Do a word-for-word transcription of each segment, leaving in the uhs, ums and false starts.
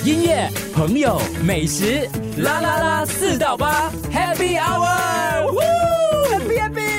音乐、朋友、美食，啦啦啦，四到八 ，Happy Hour，Happy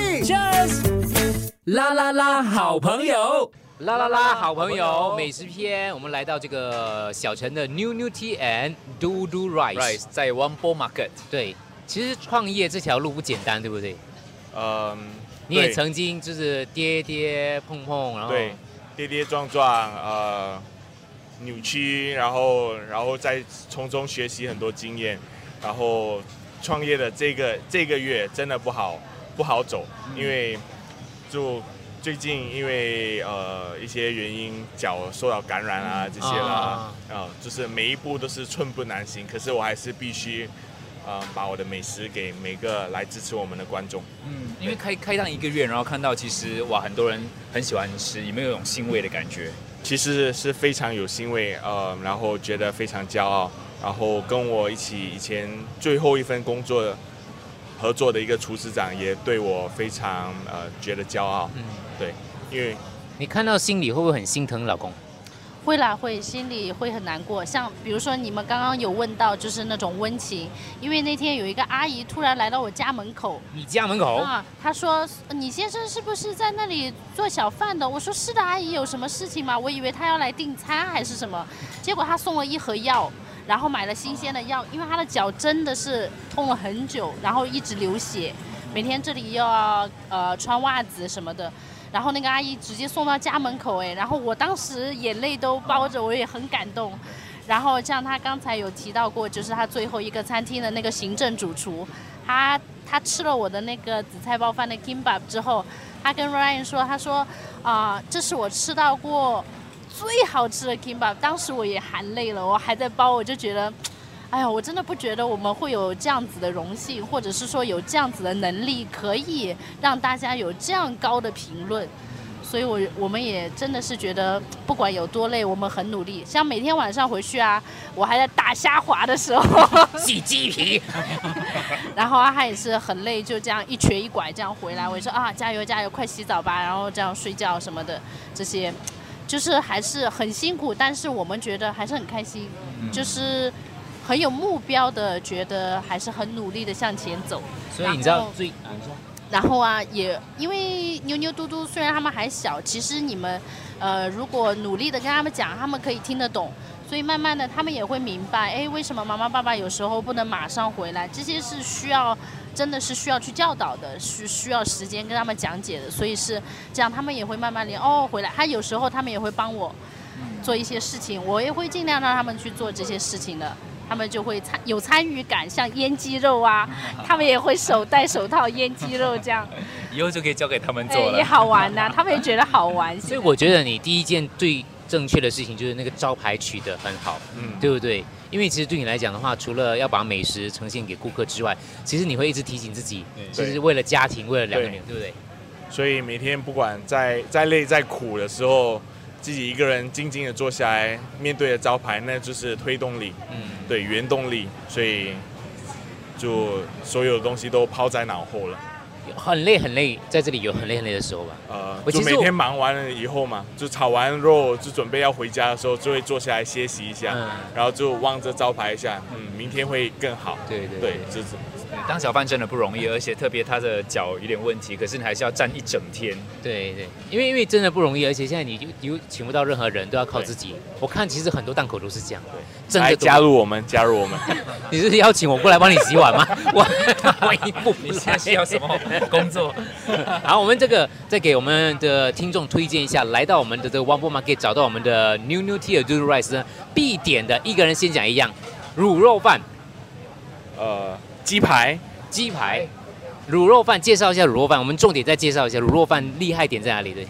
Happy，Cheers， 啦啦啦，好朋友。 啦啦啦，好朋友，美食篇，我们来到这个小城的 New New Tea and Do Do Rice， 在 Whampoa Market。 对，其实创业这条路不简单，对不对？ 嗯， 你也曾经就是跌跌碰碰，然后对，跌跌撞撞，呃，扭曲，然后然后再从中学习很多经验，然后创业的这个这个月真的不好不好走，嗯、因为就。最近因为呃一些原因脚受到感染啊这些啦，啊、呃，就是每一步都是寸步难行。可是我还是必须，呃，把我的美食给每个来支持我们的观众。 嗯，因为开开档一个月，然后看到其实哇很多人很喜欢吃，有没有一种欣慰的感觉？ 其实是非常有欣慰，呃，然后觉得非常骄傲，然后跟我一起以前最后一份工作合作的一个厨师长也对我非常呃觉得骄傲。嗯。对，因为你看到心里会不会很心疼老公？ 会啦，会，心里会很难过。像比如说你们刚刚有问到，就是那种温情，因为那天有一个阿姨突然来到我家门口。 你家门口？ 啊，她说你先生是不是在那里做小贩的？我说是的，阿姨有什么事情吗？我以为她要来订餐还是什么，结果她送了一盒药。然后买了新鲜的药，因为他的脚真的是痛了很久，然后一直流血，每天这里又要呃穿袜子什么的，然后那个阿姨直接送到家门口，哎，然后我当时眼泪都包着，我也很感动。然后像他刚才有提到过，就是他最后一个餐厅的那个行政主厨，他他吃了我的那个紫菜包饭的 kimbap 之后，他跟 Ryan 说，他说啊、呃，这是我吃到过最好吃的 kimbap， 当时我也含泪了，我还在包，我就觉得，哎呀，我真的不觉得我们会有这样子的荣幸，或者是说有这样子的能力，可以让大家有这样高的评论。所以我我们也真的是觉得，不管有多累，我们很努力。像每天晚上回去啊，我还在打虾滑的时候洗鸡皮， 然后啊，他也是很累，就这样一瘸一拐这样回来，我说啊，加油加油，快洗澡吧，然后这样睡觉什么的，这些。就是还是很辛苦，但是我们觉得还是很开心，嗯、就是很有目标的，觉得还是很努力的向前走。 所以你知道最，啊、你说然后啊，也因为妞妞嘟嘟虽然他们还小，其实你们呃如果努力的跟他们讲，他们可以听得懂，所以慢慢的他们也会明白，哎，为什么妈妈爸爸有时候不能马上回来，这些是需要。真的是需要去教导的，是需要时间跟他们讲解的，所以是这样，他们也会慢慢练哦回来。他有时候他们也会帮我做一些事情，我也会尽量让他们去做这些事情的，他们就会参有参与感，像腌鸡肉啊，他们也会手戴手套腌鸡肉这样。 以后就可以交给他们做了， 也好玩呐、啊，他们也觉得好玩。 所以我觉得你第一件最正确的事情就是那个招牌取得很好，嗯，对不对？因为其实对你来讲的话，除了要把美食呈现给顾客之外，其实你会一直提醒自己，就是为了家庭，为了两个人，对不对？ 所以每天不管再再累再苦的时候，自己一个人静静的坐下来，面对着招牌，那就是推动力，嗯，对，原动力。所以就所有的东西都抛在脑后了。 很累很累，在这里有很累很累的时候吧？ 呃，就每天忙完了以后嘛，就炒完肉就准备要回家的时候，就会坐下来歇息一下，嗯、然后就望着招牌一下，嗯，明天会更好。 对对对，就是。 当小贩真的不容易，而且特别他的脚有点问题，可是你还是要站一整天。 对对，因为因为真的不容易，而且现在你又请不到任何人，都要靠自己。我看其实很多档口都是这样。 对，真的加入我们，加入我们。 你是邀请我过来帮你洗碗吗？我我一步你现在需要什么工作？ 好，我们这个再给我们的听众推荐一下，来到我们的这个 Whampoa Market 找到我们的 New New Tea and Do Do Rice 呢，必点的一个人先讲一样，卤肉饭。 呃。鸡排， 鸡排，卤肉饭，介绍一下卤肉饭。我们重点再介绍一下卤肉饭厉害点在哪里？对，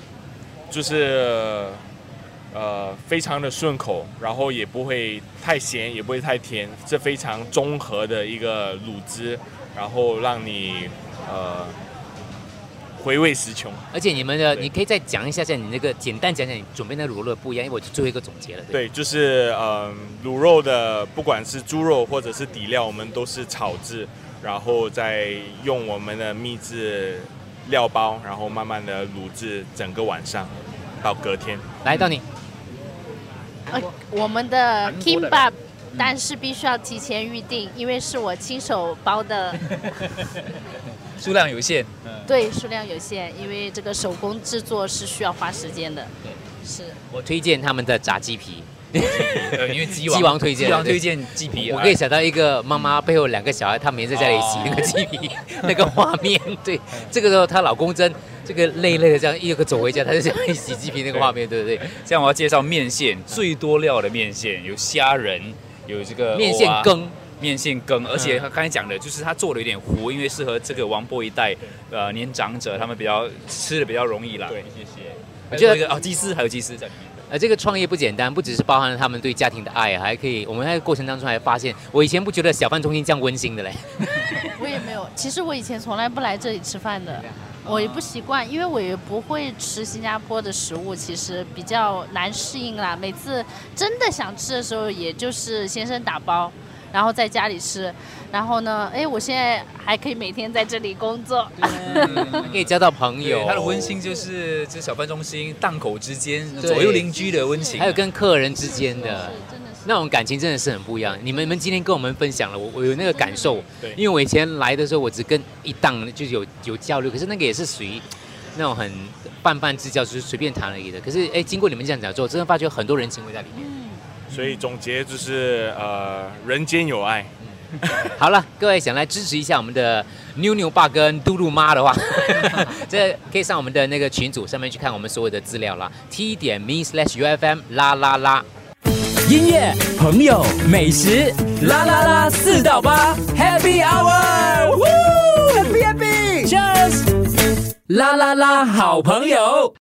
就是呃非常的顺口，然后也不会太咸，也不会太甜，这非常综合的一个卤汁，然后让你呃回味无穷。 而且你们的，你可以再讲一下下你那个简单讲讲你准备那个卤肉不一样，因为我最后一个总结了。 对，对就是呃卤肉的，不管是猪肉或者是底料，我们都是炒制，然后再用我们的秘制料包，然后慢慢的卤制整个晚上到隔天。 来到你。 呃，我们的 kimbap， 但是必须要提前预定，因为是我亲手包的。 数量有限。 对，数量有限，因为这个手工制作是需要花时间的。 对， 是。 我推荐他们的炸鸡皮。 呃，因为鸡王鸡王推荐， 鸡王推荐鸡皮， 我可以想到一个妈妈背后两个小孩，他们也在家里洗那个鸡皮，那个画面。对，这个时候她老公真这个累累的这样一个走回家，他就这样洗鸡皮那个画面，对不对？ 这样我要介绍面线，最多料的面线有虾仁，有这个面线羹。 面线羹，而且他刚才讲的就是他做的有点糊，因为适合这个王波一代呃年长者，他们比较吃的比较容易啦。对，谢谢。我觉得一个啊鸡丝还有鸡丝在里面。 呃，这个创业不简单，不只是包含了他们对家庭的爱，还可以我们在过程当中还发现，我以前不觉得小贩中心这样温馨的嘞。 我也没有，其实我以前从来不来这里吃饭的，我也不习惯，因为我也不会吃新加坡的食物，其实比较难适应啦。每次真的想吃的时候，也就是先生打包。然后在家里吃，然后呢，哎，我现在还可以每天在这里工作， 可以交到朋友。 它的温馨就是这小贩中心档口之间左右邻居的温情， 还有跟客人之间的那种感情真的是很不一样。你们你们今天跟我们分享了，我我有那个感受，因为我以前来的时候，我只跟一档就是有有交流，可是那个也是属于那种很泛泛之交，就是随便谈而已的。可是哎，经过你们这样讲之后，真的发觉很多人情味在里面。 所以总结就是呃，人间有爱。 嗯、好了，各位想来支持一下我们的妞妞爸跟嘟嘟妈的话，这可以上我们的那个群组上面去看我们所有的资料啦。T 点 me slash U F M 啦啦啦。 音乐、朋友、美食，啦啦啦四到八 ，Happy Hour，Happy Happy，Cheers，啦啦啦好朋友。